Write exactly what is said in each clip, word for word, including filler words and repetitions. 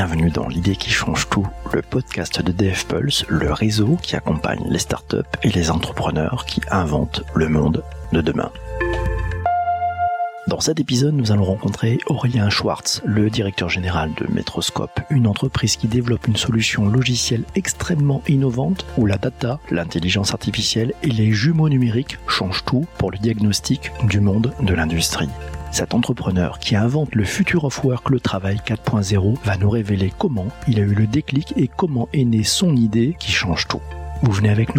bienvenue dans l'idée qui change tout, le podcast de D F Pulse, le réseau qui accompagne les startups et les entrepreneurs qui inventent le monde de demain. Dans cet épisode, nous allons rencontrer Aurélien Schwartz, le directeur général de Metroscope, une entreprise qui développe une solution logicielle extrêmement innovante où la data, l'intelligence artificielle et les jumeaux numériques changent tout pour le diagnostic du monde de l'industrie. Cet entrepreneur qui invente le Future of Work, le travail quatre point zéro, va nous révéler comment il a eu le déclic et comment est née son idée qui change tout. Vous venez avec nous ?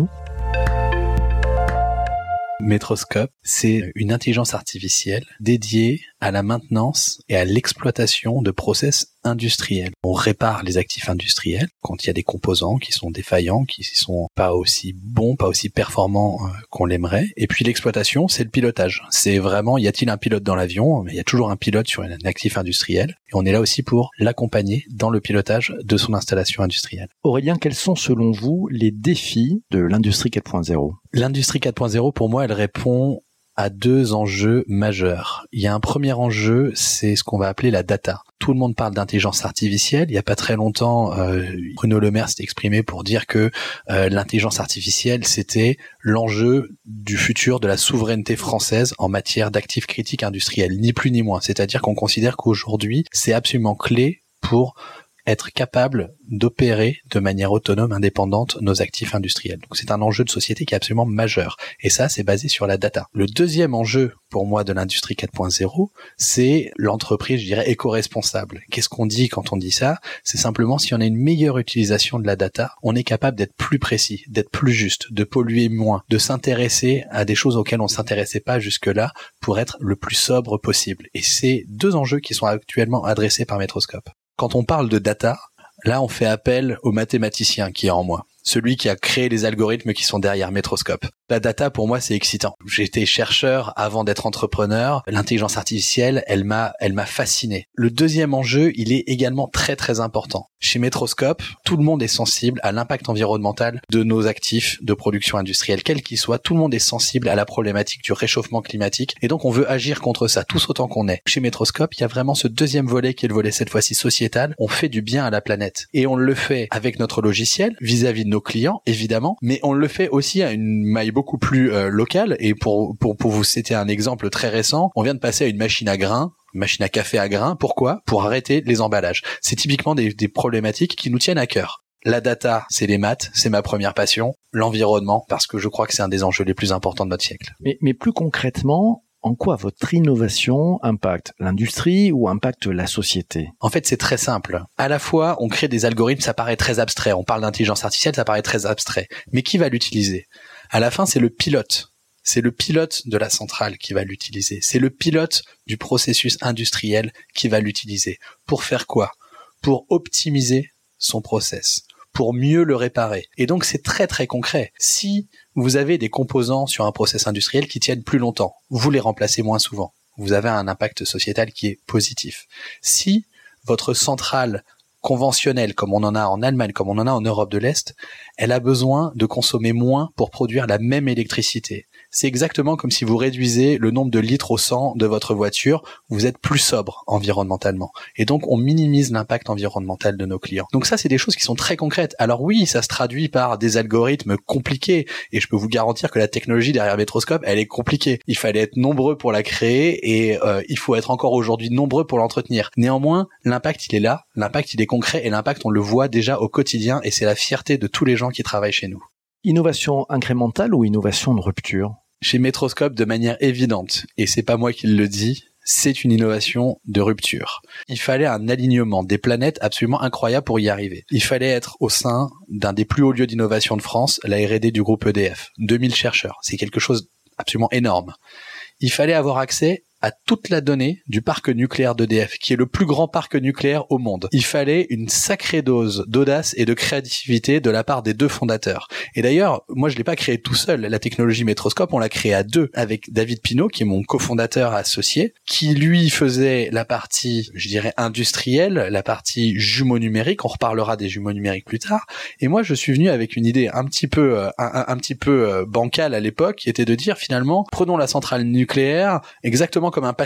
Metroscope, c'est une intelligence artificielle dédiée à la maintenance et à l'exploitation de process industriels. On répare les actifs industriels quand il y a des composants qui sont défaillants, qui sont pas aussi bons, pas aussi performants euh, qu'on l'aimerait. Et puis l'exploitation, c'est le pilotage. C'est vraiment, y a-t-il un pilote dans l'avion ? Mais il y a toujours un pilote sur un actif industriel. Et on est là aussi pour l'accompagner dans le pilotage de son installation industrielle. Aurélien, quels sont selon vous les défis de l'industrie quatre point zéro ? L'industrie quatre point zéro, pour moi, elle répond à deux enjeux majeurs. Il y a un premier enjeu, c'est ce qu'on va appeler la data. Tout le monde parle d'intelligence artificielle. Il y a pas très longtemps, euh, Bruno Le Maire s'était exprimé pour dire que euh, l'intelligence artificielle, c'était l'enjeu du futur de la souveraineté française en matière d'actifs critiques industriels, ni plus ni moins. C'est-à-dire qu'on considère qu'aujourd'hui, c'est absolument clé pour être capable d'opérer de manière autonome, indépendante, nos actifs industriels. Donc c'est un enjeu de société qui est absolument majeur. Et ça, c'est basé sur la data. Le deuxième enjeu, pour moi, de l'industrie quatre point zéro, c'est l'entreprise, je dirais, éco-responsable. Qu'est-ce qu'on dit quand on dit ça ? C'est simplement, si on a une meilleure utilisation de la data, on est capable d'être plus précis, d'être plus juste, de polluer moins, de s'intéresser à des choses auxquelles on s'intéressait pas jusque-là pour être le plus sobre possible. Et c'est deux enjeux qui sont actuellement adressés par Metroscope. Quand on parle de data, là, on fait appel au mathématicien qui est en moi, celui qui a créé les algorithmes qui sont derrière Metroscope. La data, pour moi, c'est excitant. J'ai été chercheur avant d'être entrepreneur. L'intelligence artificielle, elle m'a, elle m'a fasciné. Le deuxième enjeu, il est également très, très important. Chez Metroscope, tout le monde est sensible à l'impact environnemental de nos actifs de production industrielle, quel qu'il soit. Tout le monde est sensible à la problématique du réchauffement climatique. Et donc, on veut agir contre ça, tous autant qu'on est. Chez Metroscope, il y a vraiment ce deuxième volet qui est le volet, cette fois-ci sociétal. On fait du bien à la planète. Et on le fait avec notre logiciel, vis-à-vis de nos clients, évidemment. Mais on le fait aussi à une maille beaucoup plus euh, locale. Et pour, pour, pour vous citer un exemple très récent, on vient de passer à une machine à grains, une machine à café à grains. Pourquoi ? Pour arrêter les emballages. C'est typiquement des, des problématiques qui nous tiennent à cœur. La data, c'est les maths, c'est ma première passion. L'environnement, parce que je crois que c'est un des enjeux les plus importants de notre siècle. Mais, mais plus concrètement, en quoi votre innovation impacte l'industrie ou impacte la société ? En fait, c'est très simple. À la fois, on crée des algorithmes, ça paraît très abstrait. On parle d'intelligence artificielle, ça paraît très abstrait. Mais qui va l'utiliser ? À la fin, c'est le pilote. C'est le pilote de la centrale qui va l'utiliser. C'est le pilote du processus industriel qui va l'utiliser. Pour faire quoi ? Pour optimiser son process, pour mieux le réparer. Et donc, c'est très très concret. Si vous avez des composants sur un process industriel qui tiennent plus longtemps, vous les remplacez moins souvent. Vous avez un impact sociétal qui est positif. Si votre centrale conventionnelle, comme on en a en Allemagne, comme on en a en Europe de l'Est, elle a besoin de consommer moins pour produire la même électricité. C'est exactement comme si vous réduisez le nombre de litres au cent de votre voiture, vous êtes plus sobre environnementalement. Et donc, on minimise l'impact environnemental de nos clients. Donc ça, c'est des choses qui sont très concrètes. Alors oui, ça se traduit par des algorithmes compliqués. Et je peux vous garantir que la technologie derrière Metroscope, elle est compliquée. Il fallait être nombreux pour la créer et euh, il faut être encore aujourd'hui nombreux pour l'entretenir. Néanmoins, l'impact, il est là. L'impact, il est concret et l'impact, on le voit déjà au quotidien et c'est la fierté de tous les gens qui travaillent chez nous. Innovation incrémentale ou innovation de rupture ? Chez Metroscope, de manière évidente, et c'est pas moi qui le dis, c'est une innovation de rupture. Il fallait un alignement des planètes absolument incroyable pour y arriver. Il fallait être au sein d'un des plus hauts lieux d'innovation de France, la R et D du groupe E D F. deux mille chercheurs, c'est quelque chose absolument énorme. Il fallait avoir accès à toute la donnée du parc nucléaire d'E D F, qui est le plus grand parc nucléaire au monde. Il fallait une sacrée dose d'audace et de créativité de la part des deux fondateurs. Et d'ailleurs, moi je l'ai pas créé tout seul, la technologie Metroscope, on l'a créée à deux, avec David Pinault, qui est mon cofondateur associé, qui lui faisait la partie, je dirais, industrielle, la partie jumeaux numériques, on reparlera des jumeaux numériques plus tard, et moi je suis venu avec une idée un petit peu, un, un, un petit peu bancale à l'époque, qui était de dire finalement, prenons la centrale nucléaire exactement comme un patient.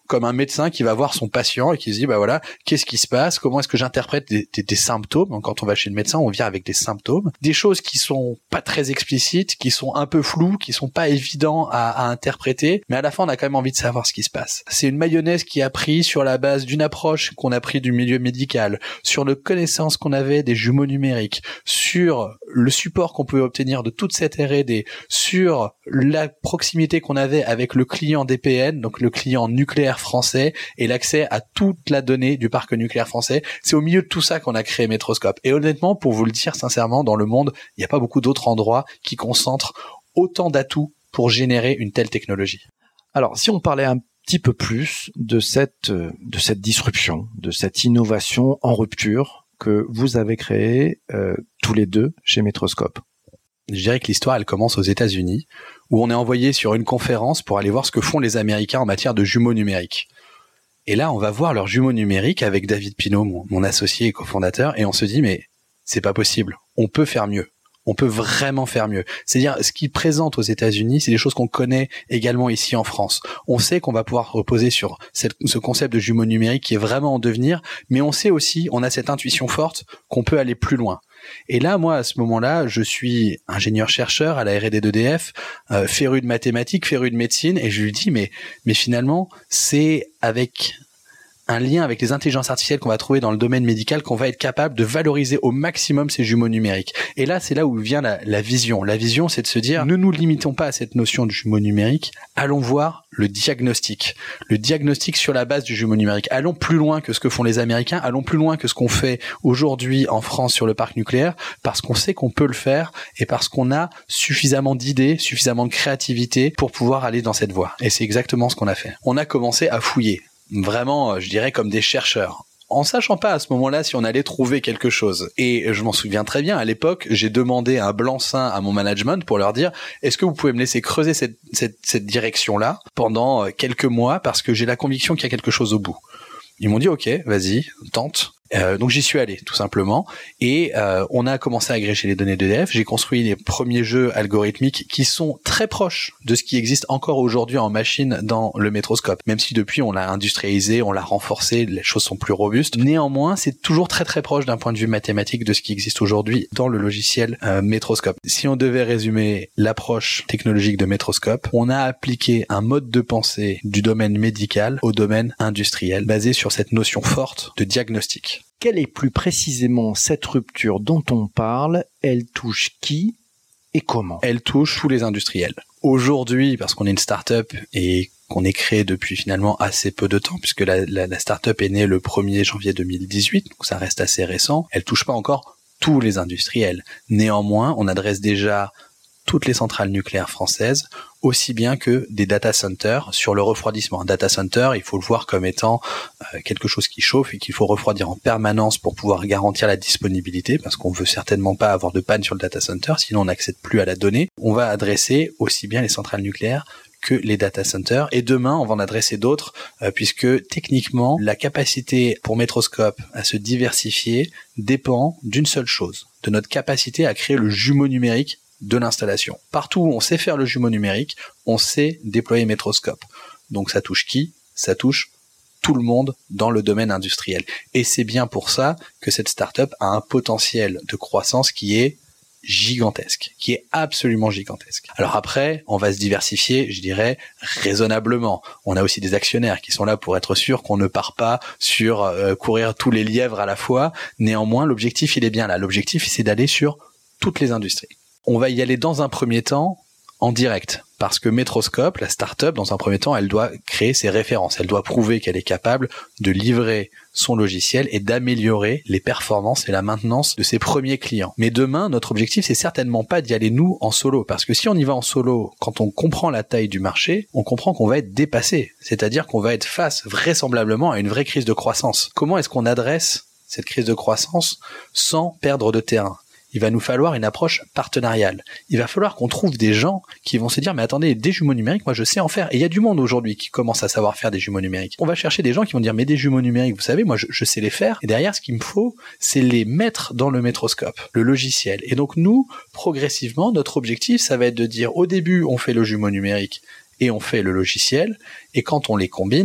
comme un médecin qui va voir son patient et qui se dit, bah voilà, qu'est-ce qui se passe? Comment est-ce que j'interprète des, des, des symptômes? Donc, quand on va chez le médecin, on vient avec des symptômes, des choses qui sont pas très explicites, qui sont un peu floues, qui sont pas évidents à, à interpréter, mais à la fin, on a quand même envie de savoir ce qui se passe. C'est une mayonnaise qui a pris sur la base d'une approche qu'on a pris du milieu médical, sur le connaissance qu'on avait des jumeaux numériques, sur le support qu'on pouvait obtenir de toute cette R et D, sur la proximité qu'on avait avec le client D P N, donc le client nucléaire français, et l'accès à toute la donnée du parc nucléaire français. C'est au milieu de tout ça qu'on a créé Metroscope. Et honnêtement, pour vous le dire sincèrement, dans le monde, il n'y a pas beaucoup d'autres endroits qui concentrent autant d'atouts pour générer une telle technologie. Alors, si on parlait un petit peu plus de cette, de cette disruption, de cette innovation en rupture que vous avez créée euh, tous les deux chez Metroscope. Je dirais que l'histoire, elle commence aux États-Unis, où on est envoyé sur une conférence pour aller voir ce que font les Américains en matière de jumeaux numériques. Et là, on va voir leurs jumeaux numériques avec David Pinault, mon, mon associé et cofondateur, et on se dit, mais c'est pas possible, on peut faire mieux. On peut vraiment faire mieux. C'est-à-dire, ce qu'ils présentent aux États-Unis, c'est des choses qu'on connaît également ici en France. On sait qu'on va pouvoir reposer sur cette, ce concept de jumeaux numériques qui est vraiment en devenir, mais on sait aussi, on a cette intuition forte qu'on peut aller plus loin. Et là, moi, à ce moment-là, je suis ingénieur-chercheur à la R et D d'E D F, euh, féru de mathématiques, féru de médecine, et je lui dis, mais, mais finalement, c'est avec un lien avec les intelligences artificielles qu'on va trouver dans le domaine médical qu'on va être capable de valoriser au maximum ces jumeaux numériques. Et là, c'est là où vient la, la vision. La vision, c'est de se dire, ne nous limitons pas à cette notion de jumeau numérique, allons voir le diagnostic. Le diagnostic sur la base du jumeau numérique. Allons plus loin que ce que font les Américains, allons plus loin que ce qu'on fait aujourd'hui en France sur le parc nucléaire, parce qu'on sait qu'on peut le faire et parce qu'on a suffisamment d'idées, suffisamment de créativité pour pouvoir aller dans cette voie. Et c'est exactement ce qu'on a fait. On a commencé à fouiller. Vraiment, je dirais comme des chercheurs, en sachant pas à ce moment-là si on allait trouver quelque chose. Et je m'en souviens très bien, à l'époque, j'ai demandé un blanc-seing à mon management pour leur dire « Est-ce que vous pouvez me laisser creuser cette, cette, cette direction-là pendant quelques mois parce que j'ai la conviction qu'il y a quelque chose au bout ?» Ils m'ont dit « Ok, vas-y, tente ». Euh, donc j'y suis allé tout simplement et euh, on a commencé à agréger les données d'E D F. J'ai construit les premiers jeux algorithmiques qui sont très proches de ce qui existe encore aujourd'hui en machine dans le Metroscope, même si depuis on l'a industrialisé, on l'a renforcé, les choses sont plus robustes. Néanmoins, c'est toujours très très proche d'un point de vue mathématique de ce qui existe aujourd'hui dans le logiciel euh, Metroscope. Si on devait résumer l'approche technologique de Metroscope, on a appliqué un mode de pensée du domaine médical au domaine industriel, basé sur cette notion forte de diagnostic. Quelle est plus précisément cette rupture dont on parle? Elle touche qui et comment? Elle touche tous les industriels. Aujourd'hui, parce qu'on est une start-up et qu'on est créé depuis finalement assez peu de temps, puisque la, la, la start-up est née le premier janvier deux mille dix-huit, donc ça reste assez récent, elle touche pas encore tous les industriels. Néanmoins, on adresse déjà toutes les centrales nucléaires françaises, aussi bien que des data centers sur le refroidissement. Un data center, il faut le voir comme étant euh, quelque chose qui chauffe et qu'il faut refroidir en permanence pour pouvoir garantir la disponibilité, parce qu'on veut certainement pas avoir de panne sur le data center, sinon on n'accède plus à la donnée. On va adresser aussi bien les centrales nucléaires que les data centers, et demain on va en adresser d'autres, euh, puisque techniquement la capacité pour Metroscope à se diversifier dépend d'une seule chose, de notre capacité à créer le jumeau numérique de l'installation. Partout où on sait faire le jumeau numérique, on sait déployer Metroscope. Donc ça touche qui? Ça touche tout le monde dans le domaine industriel. Et c'est bien pour ça que cette start-up a un potentiel de croissance qui est gigantesque, qui est absolument gigantesque. Alors après, on va se diversifier, je dirais, raisonnablement. On a aussi des actionnaires qui sont là pour être sûr qu'on ne part pas sur euh, courir tous les lièvres à la fois. Néanmoins, l'objectif, il est bien là. L'objectif, c'est d'aller sur toutes les industries. On va y aller dans un premier temps en direct, parce que Metroscope, la start-up, dans un premier temps, elle doit créer ses références. Elle doit prouver qu'elle est capable de livrer son logiciel et d'améliorer les performances et la maintenance de ses premiers clients. Mais demain, notre objectif, c'est certainement pas d'y aller nous en solo, parce que si on y va en solo, quand on comprend la taille du marché, on comprend qu'on va être dépassé. C'est-à-dire qu'on va être face vraisemblablement à une vraie crise de croissance. Comment est-ce qu'on adresse cette crise de croissance sans perdre de terrain? Il va nous falloir une approche partenariale. Il va falloir qu'on trouve des gens qui vont se dire « Mais attendez, des jumeaux numériques, moi je sais en faire. » Et il y a du monde aujourd'hui qui commence à savoir faire des jumeaux numériques. On va chercher des gens qui vont dire « Mais des jumeaux numériques, vous savez, moi je, je sais les faire. » Et derrière, ce qu'il me faut, c'est les mettre dans le Metroscope, le logiciel. Et donc nous, progressivement, notre objectif, ça va être de dire « Au début, on fait le jumeau numérique et on fait le logiciel. Et quand on les combine,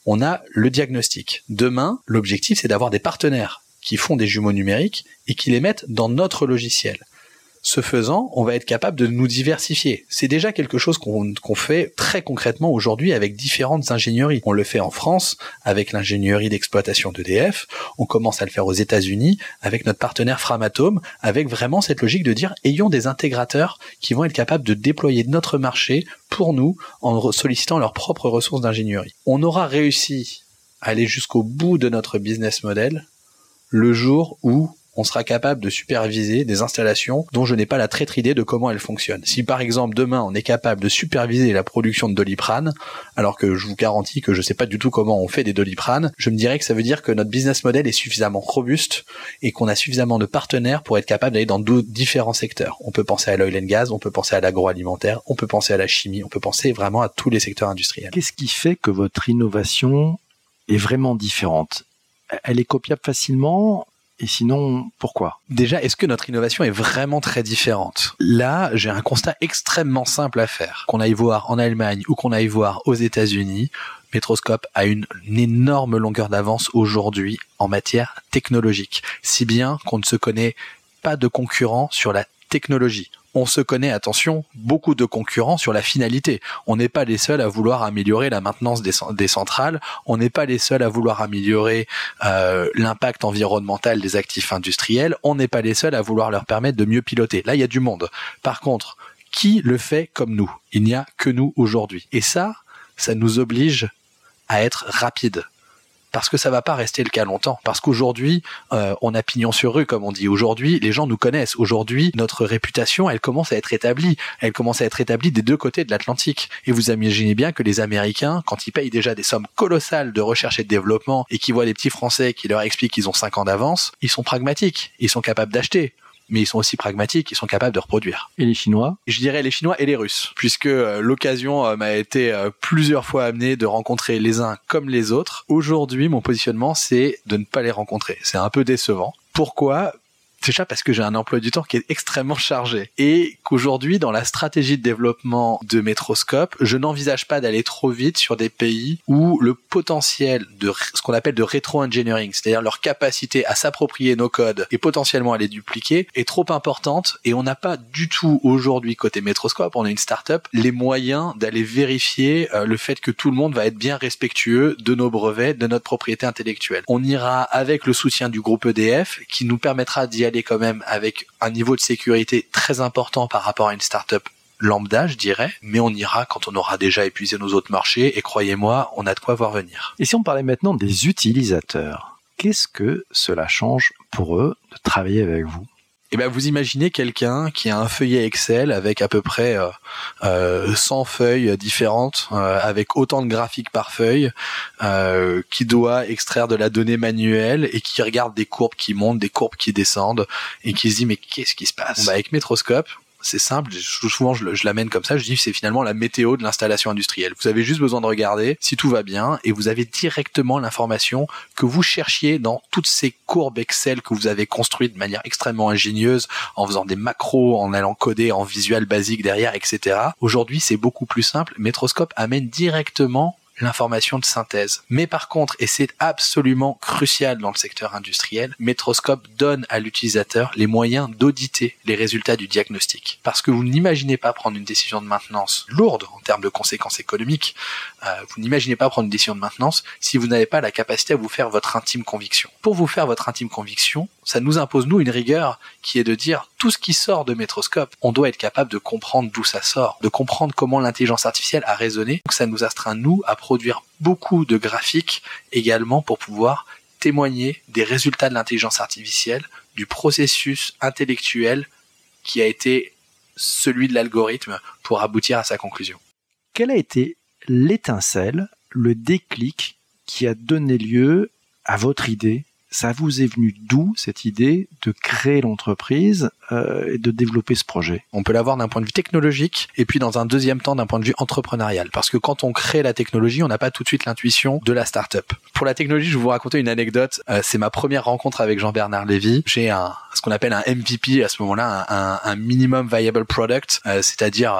on a le diagnostic. Demain, l'objectif, c'est d'avoir des partenaires qui font des jumeaux numériques et qui les mettent dans notre logiciel. Ce faisant, on va être capable de nous diversifier. C'est déjà quelque chose qu'on, qu'on fait très concrètement aujourd'hui avec différentes ingénieries. On le fait en France avec l'ingénierie d'exploitation d'E D F. On commence à le faire aux États-Unis avec notre partenaire Framatome, avec vraiment cette logique de dire ayons des intégrateurs qui vont être capables de déployer notre marché pour nous en sollicitant leurs propres ressources d'ingénierie. On aura réussi à aller jusqu'au bout de notre business model le jour où on sera capable de superviser des installations dont je n'ai pas la traître idée de comment elles fonctionnent. Si par exemple demain on est capable de superviser la production de Doliprane, alors que je vous garantis que je ne sais pas du tout comment on fait des Doliprane, je me dirais que ça veut dire que notre business model est suffisamment robuste et qu'on a suffisamment de partenaires pour être capable d'aller dans d'autres différents secteurs. On peut penser à l'oil and gas, on peut penser à l'agroalimentaire, on peut penser à la chimie, on peut penser vraiment à tous les secteurs industriels. Qu'est-ce qui fait que votre innovation est vraiment différente ? Elle est copiable facilement ? Et sinon, pourquoi ? Déjà, est-ce que notre innovation est vraiment très différente ? Là, j'ai un constat extrêmement simple à faire. Qu'on aille voir en Allemagne ou qu'on aille voir aux États-Unis, Metroscope a une, une énorme longueur d'avance aujourd'hui en matière technologique. Si bien qu'on ne se connaît pas de concurrents sur la technologie. On se connaît, attention, beaucoup de concurrents sur la finalité. On n'est pas les seuls à vouloir améliorer la maintenance des, des centrales. On n'est pas les seuls à vouloir améliorer euh, l'impact environnemental des actifs industriels. On n'est pas les seuls à vouloir leur permettre de mieux piloter. Là, il y a du monde. Par contre, qui le fait comme nous ? Il n'y a que nous aujourd'hui. Et ça, ça nous oblige à être rapide. Parce que ça va pas rester le cas longtemps. Parce qu'aujourd'hui, euh, on a pignon sur rue, comme on dit. Aujourd'hui, les gens nous connaissent. Aujourd'hui, notre réputation, elle commence à être établie. Elle commence à être établie des deux côtés de l'Atlantique. Et vous imaginez bien que les Américains, quand ils payent déjà des sommes colossales de recherche et de développement et qu'ils voient des petits Français qui leur expliquent qu'ils ont cinq ans d'avance, ils sont pragmatiques. Ils sont capables d'acheter. Mais ils sont aussi pragmatiques, ils sont capables de reproduire. Et les Chinois ? Je dirais les Chinois et les Russes, puisque euh, l'occasion euh, m'a été euh, plusieurs fois amenée de rencontrer les uns comme les autres. Aujourd'hui, mon positionnement, c'est de ne pas les rencontrer. C'est un peu décevant. Pourquoi ? Déjà parce que j'ai un emploi du temps qui est extrêmement chargé et qu'aujourd'hui, dans la stratégie de développement de Metroscope, je n'envisage pas d'aller trop vite sur des pays où le potentiel de ce qu'on appelle de rétro-engineering, c'est-à-dire leur capacité à s'approprier nos codes et potentiellement à les dupliquer, est trop importante et on n'a pas du tout aujourd'hui côté Metroscope, on est une start-up, les moyens d'aller vérifier euh, le fait que tout le monde va être bien respectueux de nos brevets, de notre propriété intellectuelle. On ira avec le soutien du groupe E D F qui nous permettra d'y aller quand même avec un niveau de sécurité très important par rapport à une start-up lambda, je dirais, mais on ira quand on aura déjà épuisé nos autres marchés et croyez-moi, on a de quoi voir venir. Et si on parlait maintenant des utilisateurs, qu'est-ce que cela change pour eux de travailler avec vous ? Eh ben, vous imaginez quelqu'un qui a un feuillet Excel avec à peu près euh, euh, cent feuilles différentes, euh, avec autant de graphiques par feuille, euh, qui doit extraire de la donnée manuelle et qui regarde des courbes qui montent, des courbes qui descendent et qui se dit mais qu'est-ce qui se passe ? Bon, bah, avec Metroscope, c'est simple, souvent je, je l'amène comme ça, je dis que c'est finalement la météo de l'installation industrielle. Vous avez juste besoin de regarder si tout va bien et vous avez directement l'information que vous cherchiez dans toutes ces courbes Excel que vous avez construites de manière extrêmement ingénieuse, en faisant des macros, en allant coder en visual basique derrière, et cetera. Aujourd'hui, c'est beaucoup plus simple. Metroscope amène directement l'information de synthèse. Mais par contre, et c'est absolument crucial dans le secteur industriel, Metroscope donne à l'utilisateur les moyens d'auditer les résultats du diagnostic. Parce que vous n'imaginez pas prendre une décision de maintenance lourde en termes de conséquences économiques, euh, vous n'imaginez pas prendre une décision de maintenance si vous n'avez pas la capacité à vous faire votre intime conviction. Pour vous faire votre intime conviction, ça nous impose, nous, une rigueur qui est de dire tout ce qui sort de Metroscope, on doit être capable de comprendre d'où ça sort, de comprendre comment l'intelligence artificielle a raisonné. Donc ça nous astreint, nous, à produire beaucoup de graphiques également pour pouvoir témoigner des résultats de l'intelligence artificielle, du processus intellectuel qui a été celui de l'algorithme pour aboutir à sa conclusion. Quelle a été l'étincelle, le déclic qui a donné lieu à votre idée ? Ça vous est venu d'où cette idée de créer l'entreprise euh, et de développer ce projet ? On peut l'avoir d'un point de vue technologique et puis dans un deuxième temps d'un point de vue entrepreneurial. Parce que quand on crée la technologie, on n'a pas tout de suite l'intuition de la start-up. Pour la technologie, je vais vous raconter une anecdote. Euh, c'est ma première rencontre avec Jean-Bernard Lévy. J'ai un ce qu'on appelle un M V P à ce moment-là, un, un, un minimum viable product, euh, c'est-à-dire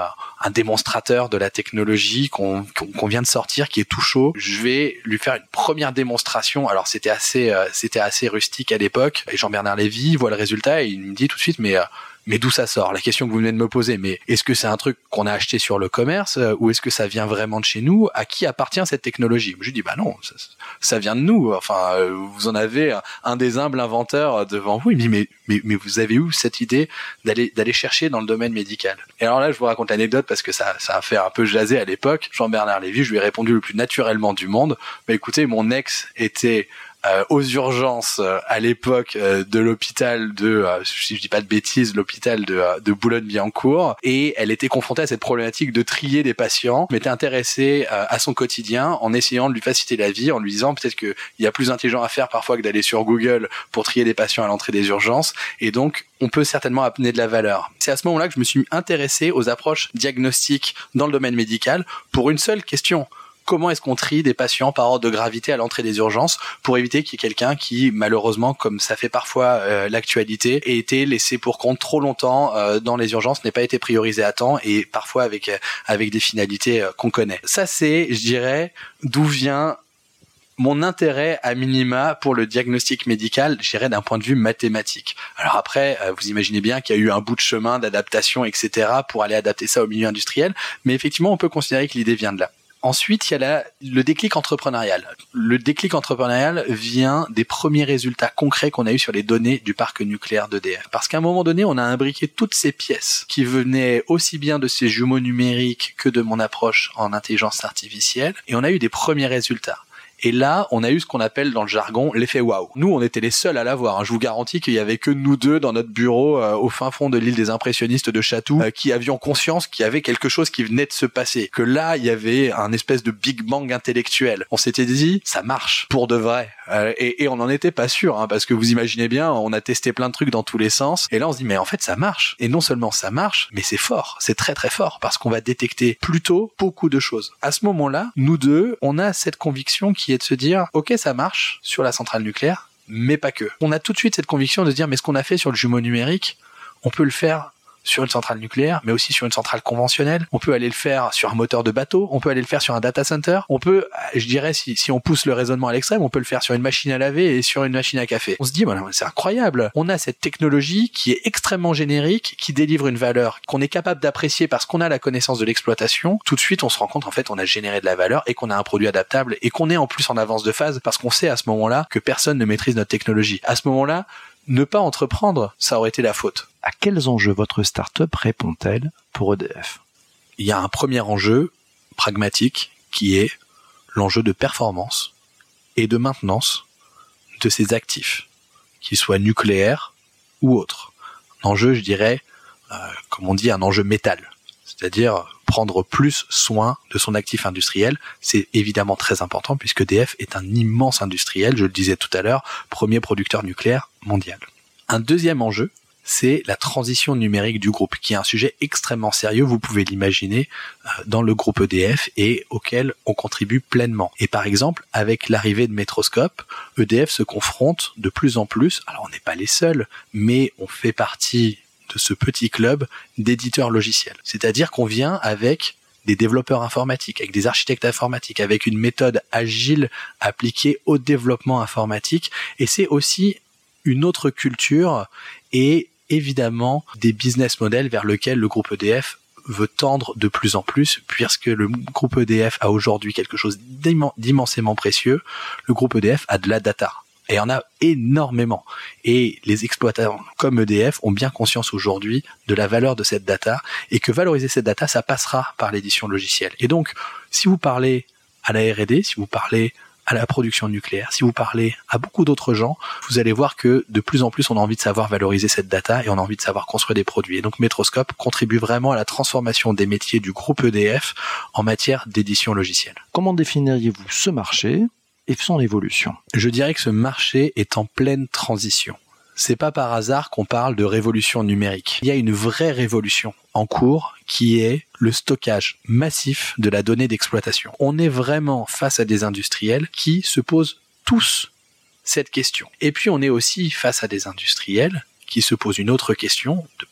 un démonstrateur de la technologie qu'on, qu'on, qu'on vient de sortir, qui est tout chaud. Je vais lui faire une première démonstration. Alors c'était assez, euh, c'était assez rustique à l'époque. Et Jean-Bernard Lévy voit le résultat et il me dit tout de suite, mais euh, mais d'où ça sort? La question que vous venez de me poser, mais est-ce que c'est un truc qu'on a acheté sur le commerce euh, ou est-ce que ça vient vraiment de chez nous? À qui appartient cette technologie? Je lui dis bah non, ça, ça vient de nous. Enfin, euh, vous en avez un, un des humbles inventeurs devant vous. Il me dit mais mais mais vous avez où cette idée d'aller d'aller chercher dans le domaine médical? Et alors là, je vous raconte l'anecdote parce que ça ça a fait un peu jaser à l'époque. Jean-Bernard Lévy, je lui ai répondu le plus naturellement du monde. Bah écoutez, mon ex était Euh, aux urgences euh, à l'époque euh, de l'hôpital de, euh, si je dis pas de bêtises, l'hôpital de, euh, de Boulogne-Billancourt, et elle était confrontée à cette problématique de trier des patients, mais était intéressée euh, à son quotidien en essayant de lui faciliter la vie, en lui disant peut-être qu'il y a plus intelligent à faire parfois que d'aller sur Google pour trier des patients à l'entrée des urgences, et donc on peut certainement amener de la valeur. C'est à ce moment-là que je me suis intéressé aux approches diagnostiques dans le domaine médical pour une seule question. Comment est-ce qu'on trie des patients par ordre de gravité à l'entrée des urgences pour éviter qu'il y ait quelqu'un qui, malheureusement, comme ça fait parfois euh, l'actualité, ait été laissé pour compte trop longtemps euh, dans les urgences, n'ait pas été priorisé à temps et parfois avec euh, avec des finalités euh, qu'on connaît. Ça, c'est, je dirais, d'où vient mon intérêt à minima pour le diagnostic médical, je dirais d'un point de vue mathématique. Alors après, vous imaginez bien qu'il y a eu un bout de chemin d'adaptation, et cetera, pour aller adapter ça au milieu industriel, mais effectivement, on peut considérer que l'idée vient de là. Ensuite, il y a la, le déclic entrepreneurial. Le déclic entrepreneurial vient des premiers résultats concrets qu'on a eu sur les données du parc nucléaire d'E D F. Parce qu'à un moment donné, on a imbriqué toutes ces pièces qui venaient aussi bien de ces jumeaux numériques que de mon approche en intelligence artificielle, et on a eu des premiers résultats. Et là, on a eu ce qu'on appelle dans le jargon l'effet waouh. Nous, on était les seuls à l'avoir. Hein. Je vous garantis qu'il y avait que nous deux dans notre bureau euh, au fin fond de l'île des impressionnistes de Chatou euh, qui avions conscience qu'il y avait quelque chose qui venait de se passer. Que là, il y avait un espèce de Big Bang intellectuel. On s'était dit, ça marche pour de vrai. Euh, et, et on n'en était pas sûr, hein, parce que vous imaginez bien, on a testé plein de trucs dans tous les sens. Et là, on se dit, mais en fait, ça marche. Et non seulement ça marche, mais c'est fort. C'est très très fort parce qu'on va détecter plus tôt beaucoup de choses. À ce moment-là, nous deux, on a cette conviction qui qui est de se dire, ok, ça marche sur la centrale nucléaire, mais pas que. On a tout de suite cette conviction de se dire, mais ce qu'on a fait sur le jumeau numérique, on peut le faire sur une centrale nucléaire, mais aussi sur une centrale conventionnelle. On peut aller le faire sur un moteur de bateau, on peut aller le faire sur un data center, on peut, je dirais, si, si on pousse le raisonnement à l'extrême, on peut le faire sur une machine à laver et sur une machine à café. On se dit, voilà, c'est incroyable. On a cette technologie qui est extrêmement générique, qui délivre une valeur qu'on est capable d'apprécier parce qu'on a la connaissance de l'exploitation. Tout de suite, on se rend compte, en fait, on a généré de la valeur et qu'on a un produit adaptable et qu'on est en plus en avance de phase parce qu'on sait à ce moment-là que personne ne maîtrise notre technologie. À ce moment-là, ne pas entreprendre, ça aurait été la faute. À quels enjeux votre start-up répond-elle pour E D F? Il y a un premier enjeu pragmatique qui est l'enjeu de performance et de maintenance de ces actifs, qu'ils soient nucléaires ou autres. L'enjeu, je dirais, euh, comme on dit, un enjeu métal, c'est-à-dire prendre plus soin de son actif industriel. C'est évidemment très important puisque E D F est un immense industriel, je le disais tout à l'heure, premier producteur nucléaire mondial. Un deuxième enjeu, c'est la transition numérique du groupe, qui est un sujet extrêmement sérieux, vous pouvez l'imaginer, dans le groupe E D F et auquel on contribue pleinement. Et par exemple, avec l'arrivée de Metroscope, E D F se confronte de plus en plus, alors on n'est pas les seuls, mais on fait partie de ce petit club d'éditeurs logiciels. C'est-à-dire qu'on vient avec des développeurs informatiques, avec des architectes informatiques, avec une méthode agile appliquée au développement informatique, et c'est aussi une autre culture et évidemment des business models vers lesquels le groupe E D F veut tendre de plus en plus, puisque le groupe E D F a aujourd'hui quelque chose d'immensément précieux. Le groupe E D F a de la data. Et il y en a énormément. Et les exploitants comme E D F ont bien conscience aujourd'hui de la valeur de cette data et que valoriser cette data, ça passera par l'édition logicielle. Et donc, si vous parlez à la R et D, si vous parlez à la production nucléaire, si vous parlez à beaucoup d'autres gens, vous allez voir que de plus en plus on a envie de savoir valoriser cette data et on a envie de savoir construire des produits. Et donc Metroscope contribue vraiment à la transformation des métiers du groupe E D F en matière d'édition logicielle. Comment définiriez-vous ce marché et son évolution? Je dirais que ce marché est en pleine transition. C'est pas par hasard qu'on parle de révolution numérique. Il y a une vraie révolution en cours qui est le stockage massif de la donnée d'exploitation. On est vraiment face à des industriels qui se posent tous cette question. Et puis on est aussi face à des industriels qui se posent une autre question, de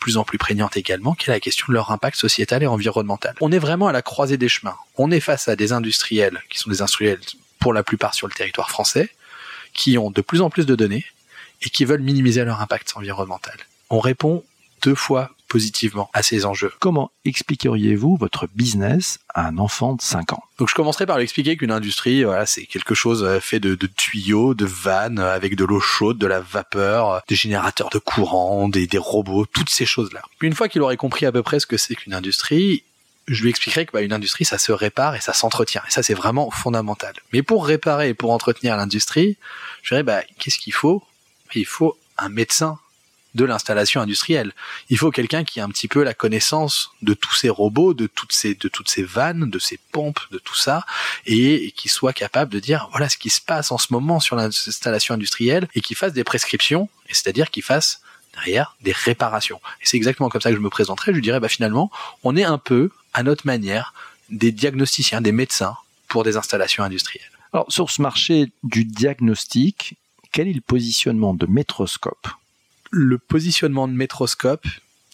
plus en plus prégnante également, qui est la question de leur impact sociétal et environnemental. On est vraiment à la croisée des chemins. On est face à des industriels, qui sont des industriels pour la plupart sur le territoire français, qui ont de plus en plus de données et qui veulent minimiser leur impact environnemental. On répond deux fois positivement à ces enjeux. Comment expliqueriez-vous votre business à un enfant de cinq ans ? Donc je commencerai par lui expliquer qu'une industrie, voilà, c'est quelque chose fait de, de tuyaux, de vannes, avec de l'eau chaude, de la vapeur, des générateurs de courant, des, des robots, toutes ces choses-là. Puis une fois qu'il aurait compris à peu près ce que c'est qu'une industrie, je lui expliquerai que bah, une industrie, ça se répare et ça s'entretient. Et ça, c'est vraiment fondamental. Mais pour réparer et pour entretenir l'industrie, je dirais, bah, qu'est-ce qu'il faut ? Il faut un médecin de l'installation industrielle. Il faut quelqu'un qui a un petit peu la connaissance de tous ces robots, de toutes ces, de toutes ces vannes, de ces pompes, de tout ça, et, et qui soit capable de dire, voilà ce qui se passe en ce moment sur l'installation industrielle, et qui fasse des prescriptions, et c'est-à-dire qu'il fasse derrière des réparations. Et c'est exactement comme ça que je me présenterai. Je lui dirais, bah, finalement, on est un peu, à notre manière, des diagnosticiens, des médecins pour des installations industrielles. Alors, sur ce marché du diagnostic, quel est le positionnement de Metroscope ? Le positionnement de Metroscope,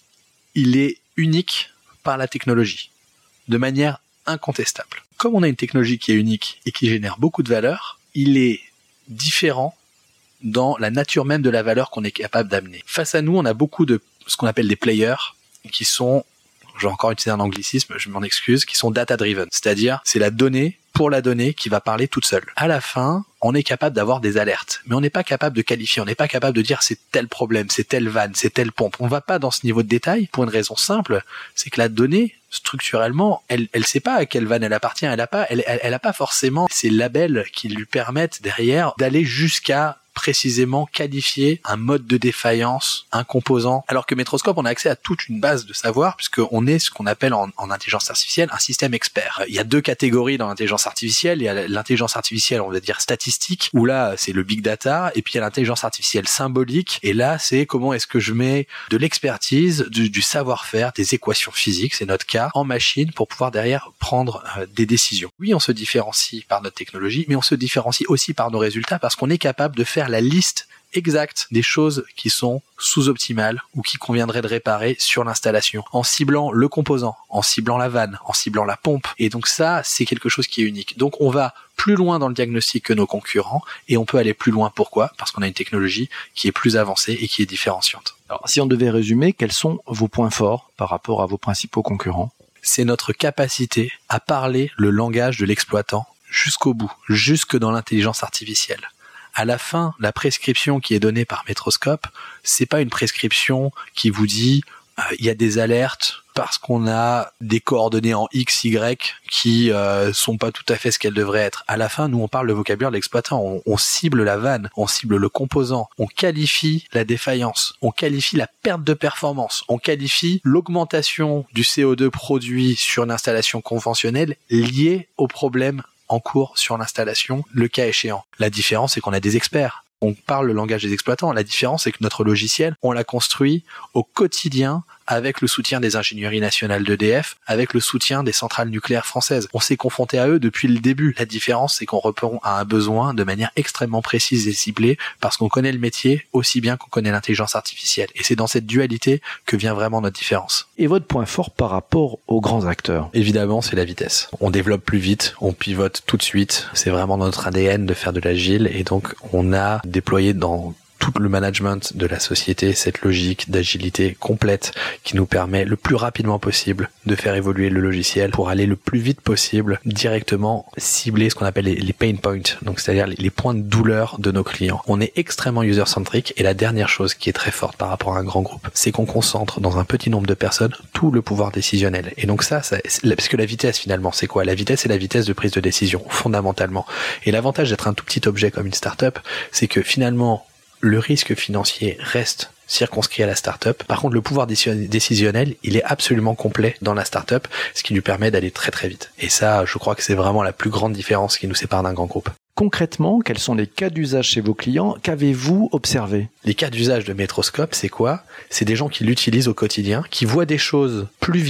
il est unique par la technologie, de manière incontestable. Comme on a une technologie qui est unique et qui génère beaucoup de valeur, il est différent dans la nature même de la valeur qu'on est capable d'amener. Face à nous, on a beaucoup de ce qu'on appelle des players qui sont, je vais encore utiliser un anglicisme, je m'en excuse, qui sont data-driven. C'est-à-dire, c'est la donnée pour la donnée qui va parler toute seule. À la fin, on est capable d'avoir des alertes, mais on n'est pas capable de qualifier, on n'est pas capable de dire c'est tel problème, c'est telle vanne, c'est telle pompe. On va pas dans ce niveau de détail pour une raison simple, c'est que la donnée, structurellement, elle, elle sait pas à quelle vanne elle appartient, elle a pas, elle, elle, elle a pas forcément ces labels qui lui permettent derrière d'aller jusqu'à précisément qualifier un mode de défaillance, un composant, alors que Metroscope, on a accès à toute une base de savoir, puisqu'on est ce qu'on appelle en, en intelligence artificielle un système expert. Il y a deux catégories dans l'intelligence artificielle. Il y a l'intelligence artificielle, on va dire statistique, où là, c'est le big data, et puis il y a l'intelligence artificielle symbolique, et là, c'est comment est-ce que je mets de l'expertise, du, du savoir-faire, des équations physiques, c'est notre cas, en machine pour pouvoir derrière prendre euh, des décisions. Oui, on se différencie par notre technologie, mais on se différencie aussi par nos résultats, parce qu'on est capable de faire la liste exacte des choses qui sont sous-optimales ou qui conviendraient de réparer sur l'installation, en ciblant le composant, en ciblant la vanne, en ciblant la pompe. Et donc ça, c'est quelque chose qui est unique. Donc on va plus loin dans le diagnostic que nos concurrents et on peut aller plus loin. Pourquoi ? Parce qu'on a une technologie qui est plus avancée et qui est différenciante. Alors, si on devait résumer, quels sont vos points forts par rapport à vos principaux concurrents ? C'est notre capacité à parler le langage de l'exploitant jusqu'au bout, jusque dans l'intelligence artificielle. À la fin, la prescription qui est donnée par Metroscope, c'est pas une prescription qui vous dit euh, il y a des alertes parce qu'on a des coordonnées en X, Y qui euh, sont pas tout à fait ce qu'elles devraient être. À la fin, nous on parle le vocabulaire de l'exploitant, on, on cible la vanne, on cible le composant, on qualifie la défaillance, on qualifie la perte de performance, on qualifie l'augmentation du C O deux produit sur une installation conventionnelle liée au problème en cours sur l'installation, le cas échéant. La différence, c'est qu'on a des experts. On parle le langage des exploitants. La différence, c'est que notre logiciel, on l'a construit au quotidien avec le soutien des ingénieries nationales d'E D F, avec le soutien des centrales nucléaires françaises. On s'est confronté à eux depuis le début. La différence, c'est qu'on répond à un besoin de manière extrêmement précise et ciblée parce qu'on connaît le métier aussi bien qu'on connaît l'intelligence artificielle. Et c'est dans cette dualité que vient vraiment notre différence. Et votre point fort par rapport aux grands acteurs ? Évidemment, c'est la vitesse. On développe plus vite, on pivote tout de suite. C'est vraiment notre A D N de faire de l'agile et donc on a déployé dans tout le management de la société, cette logique d'agilité complète qui nous permet le plus rapidement possible de faire évoluer le logiciel pour aller le plus vite possible directement cibler ce qu'on appelle les, les pain points, donc c'est-à-dire les, les points de douleur de nos clients. On est extrêmement user-centric et la dernière chose qui est très forte par rapport à un grand groupe, c'est qu'on concentre dans un petit nombre de personnes tout le pouvoir décisionnel. Et donc ça, ça parce que la vitesse finalement, c'est quoi ? La vitesse, c'est la vitesse de prise de décision, fondamentalement. Et l'avantage d'être un tout petit objet comme une start-up, c'est que finalement, le risque financier reste circonscrit à la start-up. Par contre, le pouvoir décisionnel, il est absolument complet dans la start-up, ce qui lui permet d'aller très très vite. Et ça, je crois que c'est vraiment la plus grande différence qui nous sépare d'un grand groupe. Concrètement, quels sont les cas d'usage chez vos clients ? Qu'avez-vous observé ? Les cas d'usage de Metroscope, c'est quoi ? C'est des gens qui l'utilisent au quotidien, qui voient des choses plus vite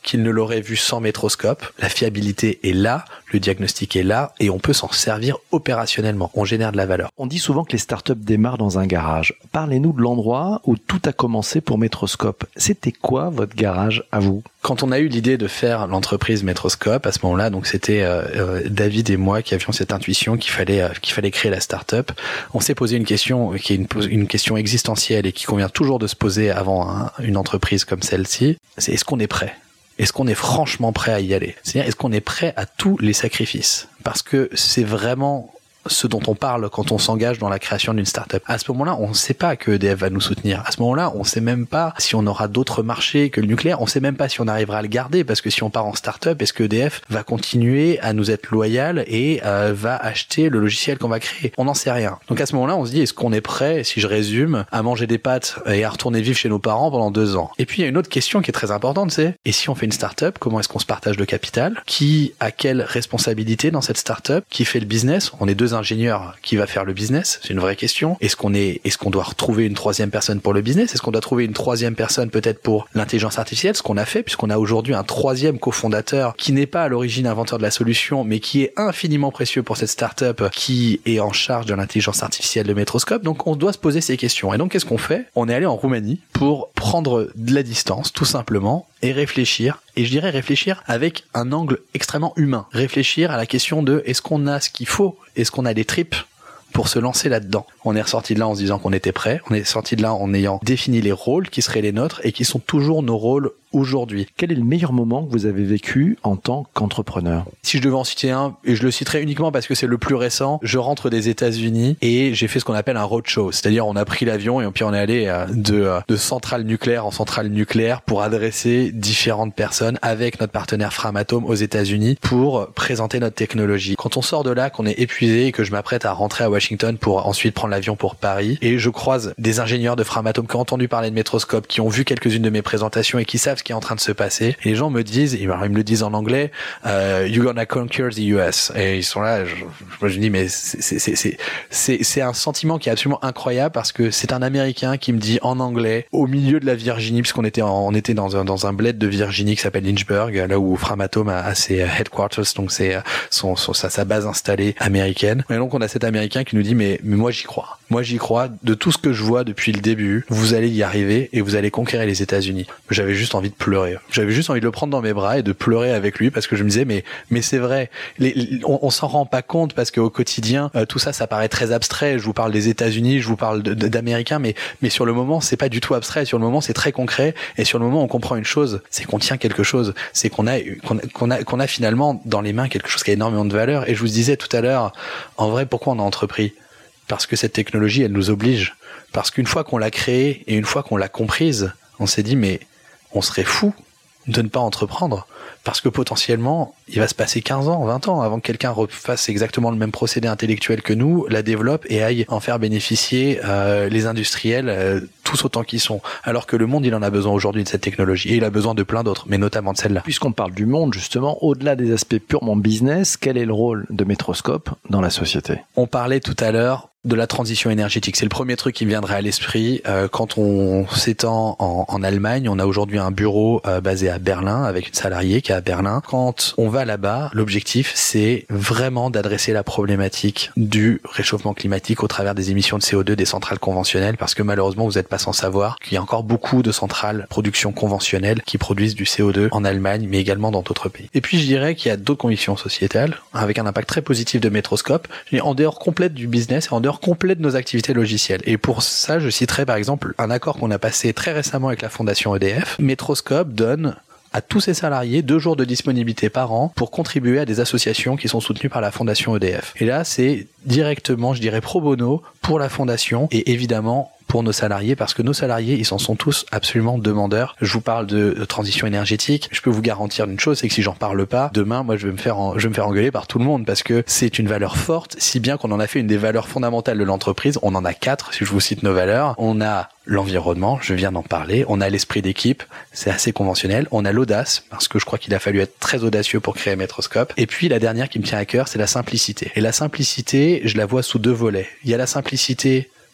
qu'ils ne l'auraient vu sans Metroscope. La fiabilité est là, le diagnostic est là, et on peut s'en servir opérationnellement. On génère de la valeur. On dit souvent que les startups démarrent dans un garage. Parlez-nous de l'endroit où tout a commencé pour Metroscope. C'était quoi votre garage à vous ? Quand on a eu l'idée de faire l'entreprise Metroscope, à ce moment-là, donc c'était euh, euh, David et moi qui avions cette intuition qu'il fallait euh, qu'il fallait créer la startup. On s'est posé une question qui est une, une question existentielle et qui convient toujours de se poser avant hein, une entreprise comme celle-ci. C'est est-ce qu'on est prêt ? Est-ce qu'on est franchement prêt à y aller ? C'est-à-dire, est-ce qu'on est prêt à tous les sacrifices ? Parce que c'est vraiment ce dont on parle quand on s'engage dans la création d'une startup. À ce moment-là, on ne sait pas que E D F va nous soutenir. À ce moment-là, on ne sait même pas si on aura d'autres marchés que le nucléaire. On ne sait même pas si on arrivera à le garder, parce que si on part en startup, est-ce que E D F va continuer à nous être loyal et euh, va acheter le logiciel qu'on va créer ? On n'en sait rien. Donc à ce moment-là, on se dit, est-ce qu'on est prêt, si je résume, à manger des pâtes et à retourner vivre chez nos parents pendant deux ans ? Et puis il y a une autre question qui est très importante, c'est, et si on fait une startup, comment est-ce qu'on se partage le capital ? Qui a quelle responsabilité dans cette startup ? Qui fait le business ? On est deux ingénieurs qui va faire le business, c'est une vraie question. Est-ce qu'on est, est-ce qu'on doit retrouver une troisième personne pour le business ? Est-ce qu'on doit trouver une troisième personne peut-être pour l'intelligence artificielle ? Ce qu'on a fait, puisqu'on a aujourd'hui un troisième cofondateur qui n'est pas à l'origine inventeur de la solution, mais qui est infiniment précieux pour cette startup qui est en charge de l'intelligence artificielle de Metroscope. Donc on doit se poser ces questions. Et donc qu'est-ce qu'on fait ? On est allé en Roumanie pour prendre de la distance, tout simplement, et réfléchir. Et je dirais réfléchir avec un angle extrêmement humain. Réfléchir à la question de est-ce qu'on a ce qu'il faut ? Est-ce qu'on a les tripes pour se lancer là-dedans ? On est ressorti de là en se disant qu'on était prêt. On est sorti de là en ayant défini les rôles qui seraient les nôtres et qui sont toujours nos rôles aujourd'hui. Quel est le meilleur moment que vous avez vécu en tant qu'entrepreneur ? Si je devais en citer un, et je le citerai uniquement parce que c'est le plus récent, je rentre des États-Unis et j'ai fait ce qu'on appelle un roadshow. C'est-à-dire on a pris l'avion et puis on est allé de, de centrale nucléaire en centrale nucléaire pour adresser différentes personnes avec notre partenaire Framatome aux États-Unis pour présenter notre technologie. Quand on sort de là, qu'on est épuisé et que je m'apprête à rentrer à Washington pour ensuite prendre l'avion pour Paris, et je croise des ingénieurs de Framatome qui ont entendu parler de Metroscope, qui ont vu quelques-unes de mes présentations et qui savent ce qui est en train de se passer. Et les gens me disent, ils me le disent en anglais, euh, you're gonna conquer the U S. Et ils sont là, je, je me dis, mais c'est, c'est, c'est, c'est, c'est, c'est un sentiment qui est absolument incroyable parce que c'est un Américain qui me dit en anglais, au milieu de la Virginie, puisqu'on était en, on était dans un, dans un bled de Virginie qui s'appelle Lynchburg, là où Framatome a, a ses headquarters, donc c'est son, son, sa, sa base installée américaine. Et donc on a cet Américain qui nous dit, mais, mais moi j'y crois. Moi j'y crois. De tout ce que je vois depuis le début, vous allez y arriver et vous allez conquérir les États-Unis. J'avais juste envie de pleurer. J'avais juste envie de le prendre dans mes bras et de pleurer avec lui parce que je me disais mais mais c'est vrai. Les, les, on, on s'en rend pas compte parce qu'au quotidien euh, tout ça ça paraît très abstrait. Je vous parle des États-Unis, je vous parle de, de, d'Américains, mais mais sur le moment c'est pas du tout abstrait. Sur le moment c'est très concret et sur le moment on comprend une chose, c'est qu'on tient quelque chose, c'est qu'on a qu'on, qu'on a qu'on a finalement dans les mains quelque chose qui a énormément de valeur. Et je vous disais tout à l'heure, en vrai pourquoi on a entrepris ? Parce que cette technologie elle nous oblige. Parce qu'une fois qu'on l'a créée et une fois qu'on l'a comprise, on s'est dit mais on serait fou de ne pas entreprendre, parce que potentiellement, il va se passer quinze ans, vingt ans avant que quelqu'un refasse exactement le même procédé intellectuel que nous, la développe et aille en faire bénéficier euh, les industriels euh, tous autant qu'ils sont. Alors que le monde, il en a besoin aujourd'hui de cette technologie et il a besoin de plein d'autres, mais notamment de celle-là. Puisqu'on parle du monde, justement, au-delà des aspects purement business, quel est le rôle de Metroscope dans la société ? On parlait tout à l'heure de la transition énergétique. C'est le premier truc qui me viendrait à l'esprit. Euh, quand on s'étend en, en Allemagne, on a aujourd'hui un bureau euh, basé à Berlin avec une salariée qui est à Berlin. Quand on va là-bas, l'objectif, c'est vraiment d'adresser la problématique du réchauffement climatique au travers des émissions de C O deux des centrales conventionnelles, parce que malheureusement, vous n'êtes pas sans savoir qu'il y a encore beaucoup de centrales production conventionnelles qui produisent du C O deux en Allemagne, mais également dans d'autres pays. Et puis, je dirais qu'il y a d'autres convictions sociétales avec un impact très positif de Metroscope, en dehors complète du business et en dehors complète de nos activités logicielles. Et pour ça, je citerai par exemple un accord qu'on a passé très récemment avec la fondation E D F. Metroscope donne à tous ses salariés deux jours de disponibilité par an pour contribuer à des associations qui sont soutenues par la fondation E D F. Et là, c'est directement, je dirais, pro bono pour la fondation et évidemment pour nos salariés, parce que nos salariés, ils en sont tous absolument demandeurs. Je vous parle de, de transition énergétique. Je peux vous garantir une chose, c'est que si j'en parle pas, demain, moi, je vais me faire, en, je vais me faire engueuler par tout le monde, parce que c'est une valeur forte, si bien qu'on en a fait une des valeurs fondamentales de l'entreprise. On en a quatre, si je vous cite nos valeurs. On a l'environnement, je viens d'en parler. On a l'esprit d'équipe, c'est assez conventionnel. On a l'audace, parce que je crois qu'il a fallu être très audacieux pour créer Metroscope. Et puis, la dernière qui me tient à cœur, c'est la simplicité. Et la simplicité, je la vois sous deux volets. Il y a la simplicité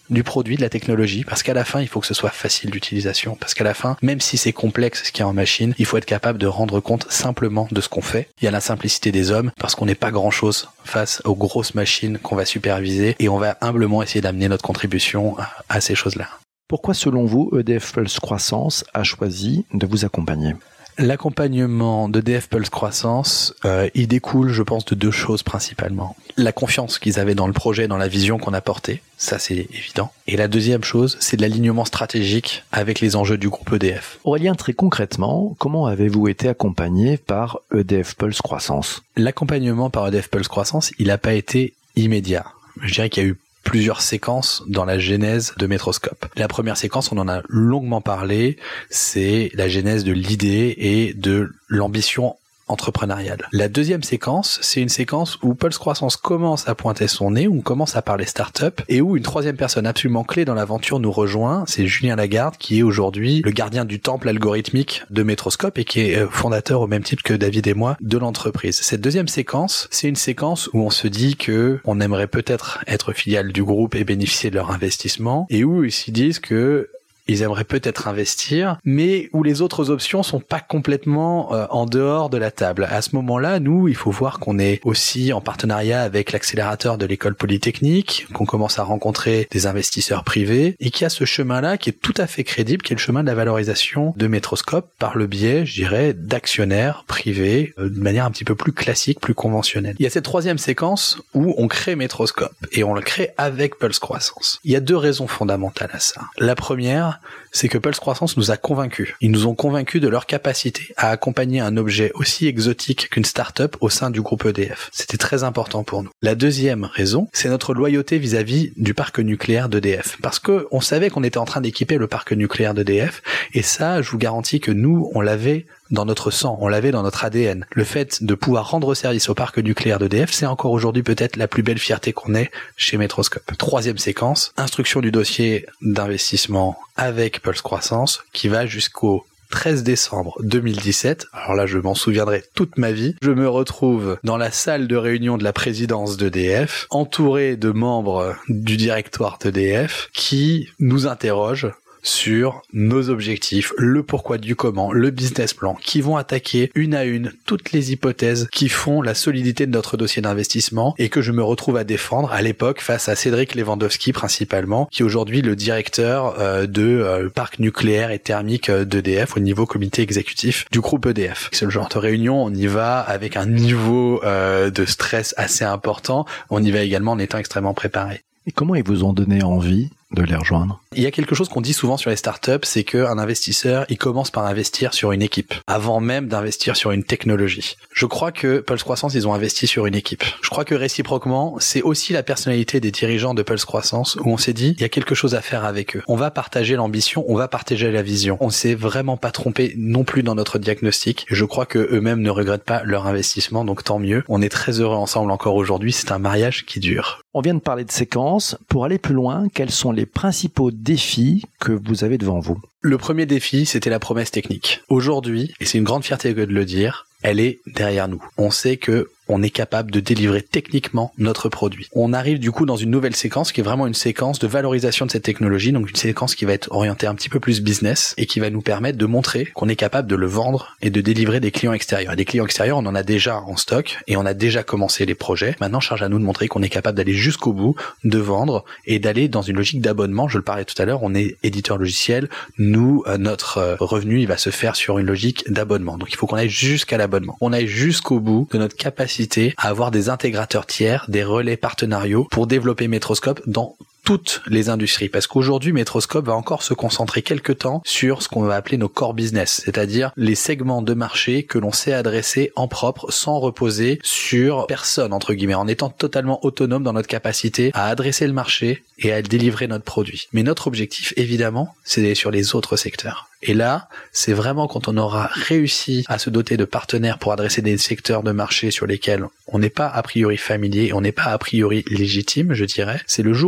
du produit, de la technologie, parce qu'à la fin, il faut que ce soit facile d'utilisation, parce qu'à la fin, même si c'est complexe ce qu'il y a en machine, il faut être capable de rendre compte simplement de ce qu'on fait. Il y a la simplicité des hommes, parce qu'on n'est pas grand-chose face aux grosses machines qu'on va superviser, et on va humblement essayer d'amener notre contribution à ces choses-là. Pourquoi, selon vous, E D F Pulse Croissance a choisi de vous accompagner ? L'accompagnement d'E D F Pulse Croissance, euh, il découle, je pense, de deux choses principalement. La confiance qu'ils avaient dans le projet, dans la vision qu'on a portée, ça c'est évident. Et la deuxième chose, c'est de l'alignement stratégique avec les enjeux du groupe E D F. Aurélien, très concrètement, comment avez-vous été accompagné par E D F Pulse Croissance ? L'accompagnement par E D F Pulse Croissance, il n'a pas été immédiat. Je dirais qu'il y a eu plusieurs séquences dans la genèse de Metroscope. La première séquence, on en a longuement parlé, c'est la genèse de l'idée et de l'ambition entrepreneuriale. La deuxième séquence, c'est une séquence où Pulse Croissance commence à pointer son nez, où on commence à parler start-up, et où une troisième personne absolument clé dans l'aventure nous rejoint, c'est Julien Lagarde, qui est aujourd'hui le gardien du temple algorithmique de Metroscope et qui est fondateur au même titre que David et moi de l'entreprise. Cette deuxième séquence, c'est une séquence où on se dit que on aimerait peut-être être filiale du groupe et bénéficier de leur investissement, et où ils se disent que ils aimeraient peut-être investir, mais où les autres options sont pas complètement euh, en dehors de la table. À ce moment-là, nous, il faut voir qu'on est aussi en partenariat avec l'accélérateur de l'école polytechnique, qu'on commence à rencontrer des investisseurs privés, et qu'il y a ce chemin-là qui est tout à fait crédible, qui est le chemin de la valorisation de Metroscope par le biais, je dirais, d'actionnaires privés, euh, de manière un petit peu plus classique, plus conventionnelle. Il y a cette troisième séquence où on crée Metroscope, et on le crée avec Pulse Croissance. Il y a deux raisons fondamentales à ça. La première, c'est que Pulse Croissance nous a convaincus. Ils nous ont convaincus de leur capacité à accompagner un objet aussi exotique qu'une start-up au sein du groupe E D F. C'était très important pour nous. La deuxième raison, c'est notre loyauté vis-à-vis du parc nucléaire d'E D F. Parce que on savait qu'on était en train d'équiper le parc nucléaire d'E D F, et ça, je vous garantis que nous, on l'avait dans notre sang, on l'avait dans notre A D N. Le fait de pouvoir rendre service au parc nucléaire d'E D F, c'est encore aujourd'hui peut-être la plus belle fierté qu'on ait chez Metroscope. Troisième séquence, instruction du dossier d'investissement avec Pulse Croissance, qui va jusqu'au treize décembre deux mille dix-sept, alors là je m'en souviendrai toute ma vie, je me retrouve dans la salle de réunion de la présidence d'E D F, entouré de membres du directoire d'E D F, qui nous interrogent sur nos objectifs, le pourquoi du comment, le business plan, qui vont attaquer une à une toutes les hypothèses qui font la solidité de notre dossier d'investissement et que je me retrouve à défendre à l'époque face à Cédric Lewandowski principalement, qui est aujourd'hui le directeur euh, de euh, parc nucléaire et thermique euh, d'E D F au niveau comité exécutif du groupe E D F. C'est le genre de réunion, on y va avec un niveau euh, de stress assez important, on y va également en étant extrêmement préparé. Et comment ils vous ont donné envie de les rejoindre? Il y a quelque chose qu'on dit souvent sur les startups, c'est qu'un investisseur, il commence par investir sur une équipe, avant même d'investir sur une technologie. Je crois que Pulse Croissance, ils ont investi sur une équipe. Je crois que réciproquement, c'est aussi la personnalité des dirigeants de Pulse Croissance où on s'est dit, il y a quelque chose à faire avec eux. On va partager l'ambition, on va partager la vision. On s'est vraiment pas trompé non plus dans notre diagnostic. Je crois que eux-mêmes ne regrettent pas leur investissement, donc tant mieux. On est très heureux ensemble encore aujourd'hui, c'est un mariage qui dure. On vient de parler de séquences. Pour aller plus loin, quels sont les principaux défis que vous avez devant vous? Le premier défi, c'était la promesse technique. Aujourd'hui, et c'est une grande fierté de le dire, elle est derrière nous. On sait que on est capable de délivrer techniquement notre produit. On arrive du coup dans une nouvelle séquence qui est vraiment une séquence de valorisation de cette technologie, donc une séquence qui va être orientée un petit peu plus business et qui va nous permettre de montrer qu'on est capable de le vendre et de délivrer des clients extérieurs. Et des clients extérieurs, on en a déjà en stock et on a déjà commencé les projets. Maintenant, charge à nous de montrer qu'on est capable d'aller jusqu'au bout, de vendre et d'aller dans une logique d'abonnement. Je le parlais tout à l'heure, on est éditeur logiciel. Nous, euh, notre euh, revenu, il va se faire sur une logique d'abonnement. Donc il faut qu'on aille jusqu'à l'abonnement. On aille jusqu'au bout de notre capacité à avoir des intégrateurs tiers, des relais partenariaux pour développer Metroscope dans toutes les industries. Parce qu'aujourd'hui, Metroscope va encore se concentrer quelque temps sur ce qu'on va appeler nos core business, c'est-à-dire les segments de marché que l'on sait adresser en propre sans reposer sur personne, entre guillemets, en étant totalement autonome dans notre capacité à adresser le marché et à délivrer notre produit. Mais notre objectif, évidemment, c'est d'aller sur les autres secteurs. Et là, c'est vraiment quand on aura réussi à se doter de partenaires pour adresser des secteurs de marché sur lesquels on n'est pas a priori familier, on n'est pas a priori légitime, je dirais. C'est le jour où on aura réussi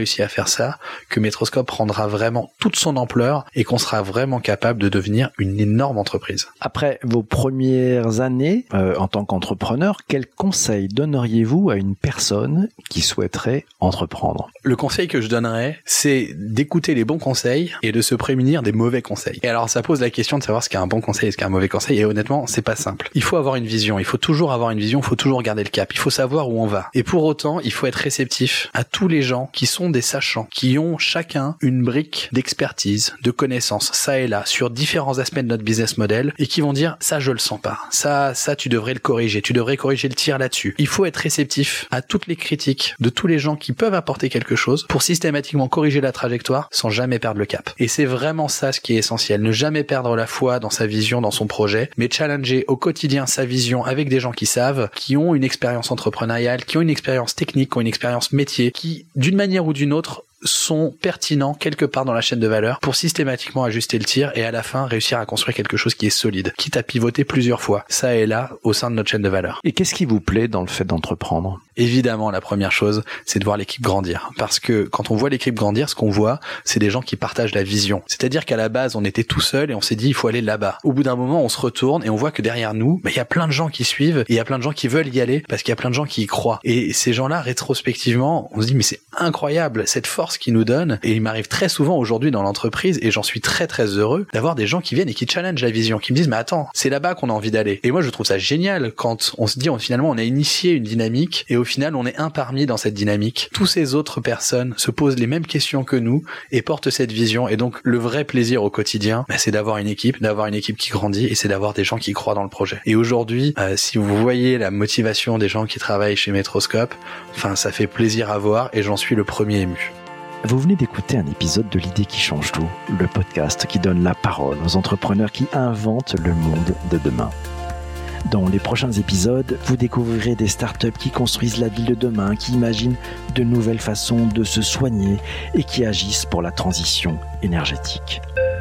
réussi à faire ça que Metroscope prendra vraiment toute son ampleur et qu'on sera vraiment capable de devenir une énorme entreprise. Après vos premières années euh, en tant qu'entrepreneur, quels conseils donneriez-vous à une personne qui souhaiterait entreprendre ? Le conseil que je donnerais, c'est d'écouter les bons conseils et de se prémunir des mauvais conseils. Et alors, ça pose la question de savoir ce qu'est un bon conseil et ce qu'est un mauvais conseil. Et honnêtement, c'est pas simple. Il faut avoir une vision. Il faut toujours avoir une vision. Il faut toujours garder le cap. Il faut savoir où on va. Et pour autant, il faut être réceptif à tous les gens qui sont des sachants, qui ont chacun une brique d'expertise, de connaissances, ça et là, sur différents aspects de notre business model et qui vont dire, ça, je le sens pas. Ça, ça, tu devrais le corriger. Tu devrais corriger le tir là-dessus. Il faut être réceptif à toutes les critiques de tous les gens qui peuvent apporter quelque chose pour systématiquement corriger la trajectoire sans jamais perdre le cap. Et c'est vraiment ça ce qui est essentiel. Ne jamais perdre la foi dans sa vision, dans son projet, mais challenger au quotidien sa vision avec des gens qui savent, qui ont une expérience entrepreneuriale, qui ont une expérience technique, qui ont une expérience métier, qui, d'une manière ou d'une autre, sont pertinents quelque part dans la chaîne de valeur pour systématiquement ajuster le tir et à la fin réussir à construire quelque chose qui est solide, quitte à pivoter plusieurs fois, ça et là, au sein de notre chaîne de valeur. Et qu'est-ce qui vous plaît dans le fait d'entreprendre ? Évidemment, la première chose, c'est de voir l'équipe grandir. Parce que quand on voit l'équipe grandir, ce qu'on voit, c'est des gens qui partagent la vision. C'est-à-dire qu'à la base, on était tout seul et on s'est dit, il faut aller là-bas. Au bout d'un moment, on se retourne et on voit que derrière nous, bah, il y a plein de gens qui suivent et il y a plein de gens qui veulent y aller parce qu'il y a plein de gens qui y croient. Et ces gens-là, rétrospectivement, on se dit, mais c'est incroyable, cette force qu'ils nous donnent. Et il m'arrive très souvent aujourd'hui dans l'entreprise, et j'en suis très très heureux, d'avoir des gens qui viennent et qui challengent la vision, qui me disent, mais attends, c'est là-bas qu'on a envie d'aller. Et moi, je trouve ça génial quand on se dit, on, finalement, on a initié une dynamique et au final, on est un parmi dans cette dynamique. Tous ces autres personnes se posent les mêmes questions que nous et portent cette vision. Et donc, le vrai plaisir au quotidien, bah, c'est d'avoir une équipe, d'avoir une équipe qui grandit et c'est d'avoir des gens qui croient dans le projet. Et aujourd'hui, euh, si vous voyez la motivation des gens qui travaillent chez Metroscope, enfin, ça fait plaisir à voir et j'en suis le premier ému. Vous venez d'écouter un épisode de l'idée qui change tout, le podcast qui donne la parole aux entrepreneurs qui inventent le monde de demain. Dans les prochains épisodes, vous découvrirez des startups qui construisent la ville de demain, qui imaginent de nouvelles façons de se soigner et qui agissent pour la transition énergétique.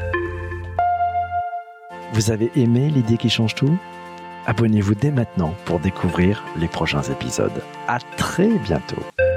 Vous avez aimé l'idée qui change tout ? Abonnez-vous dès maintenant pour découvrir les prochains épisodes. À très bientôt.